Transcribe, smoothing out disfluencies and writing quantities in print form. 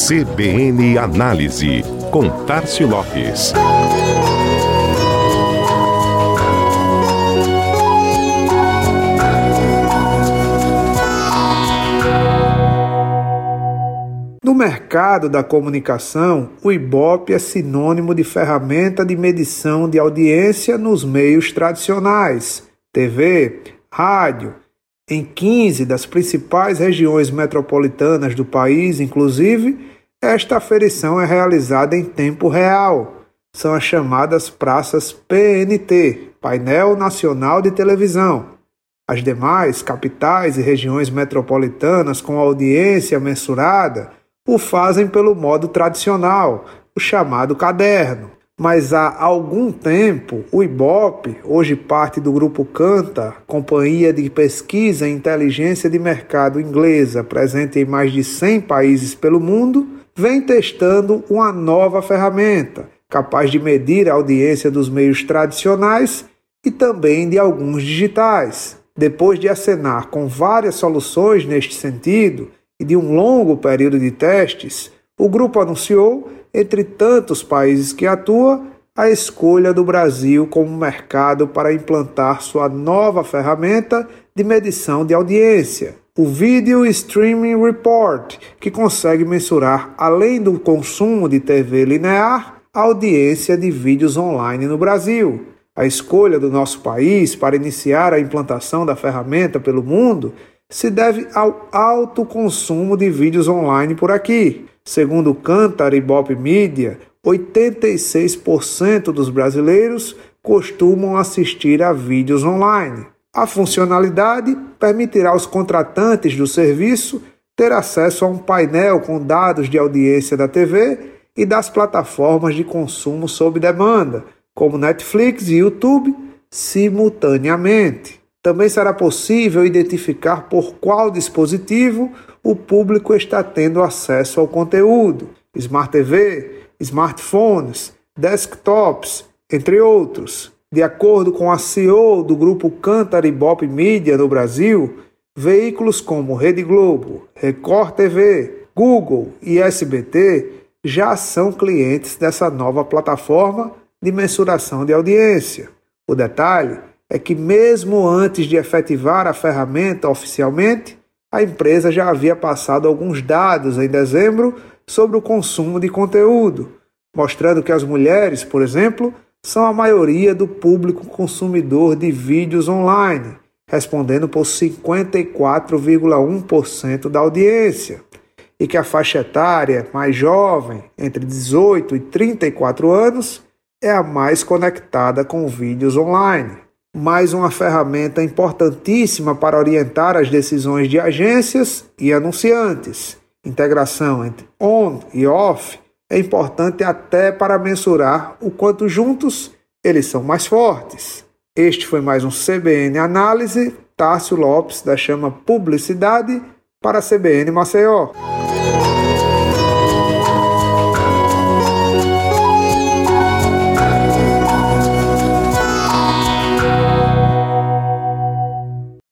CBN Análise, com Tárcio Lopes. No mercado da comunicação, o Ibope é sinônimo de ferramenta de medição de audiência nos meios tradicionais, TV, rádio. Em 15 das principais regiões metropolitanas do país, inclusive, esta aferição é realizada em tempo real. São as chamadas praças PNT, Painel Nacional de Televisão. As demais capitais e regiões metropolitanas com audiência mensurada o fazem pelo modo tradicional, o chamado caderno. Mas há algum tempo, o Ibope, hoje parte do Grupo Kantar, companhia de pesquisa e inteligência de mercado inglesa presente em mais de 100 países pelo mundo, vem testando uma nova ferramenta, capaz de medir a audiência dos meios tradicionais e também de alguns digitais. Depois de acenar com várias soluções neste sentido e de um longo período de testes, o grupo anunciou, entre tantos países que atua, a escolha do Brasil como mercado para implantar sua nova ferramenta de medição de audiência, o Video Streaming Report, que consegue mensurar, além do consumo de TV linear, a audiência de vídeos online no Brasil. A escolha do nosso país para iniciar a implantação da ferramenta pelo mundo se deve ao alto consumo de vídeos online por aqui. Segundo o Kantar Ibope Media, 86% dos brasileiros costumam assistir a vídeos online. A funcionalidade permitirá aos contratantes do serviço ter acesso a um painel com dados de audiência da TV e das plataformas de consumo sob demanda, como Netflix e YouTube, simultaneamente. Também será possível identificar por qual dispositivo o público está tendo acesso ao conteúdo: Smart TV, smartphones, desktops, entre outros. De acordo com a CEO do grupo Kantar Ibope Media no Brasil, veículos como Rede Globo, Record TV, Google e SBT já são clientes dessa nova plataforma de mensuração de audiência. O detalhe é que mesmo antes de efetivar a ferramenta oficialmente, a empresa já havia passado alguns dados em dezembro sobre o consumo de conteúdo, mostrando que as mulheres, por exemplo, são a maioria do público consumidor de vídeos online, respondendo por 54,1% da audiência, e que a faixa etária mais jovem, entre 18 e 34 anos, é a mais conectada com vídeos online. Mais uma ferramenta importantíssima para orientar as decisões de agências e anunciantes. Integração entre on e off é importante até para mensurar o quanto juntos eles são mais fortes. Este foi mais um CBN Análise. Tárcio Lopes, da Chama Publicidade, para a CBN Maceió.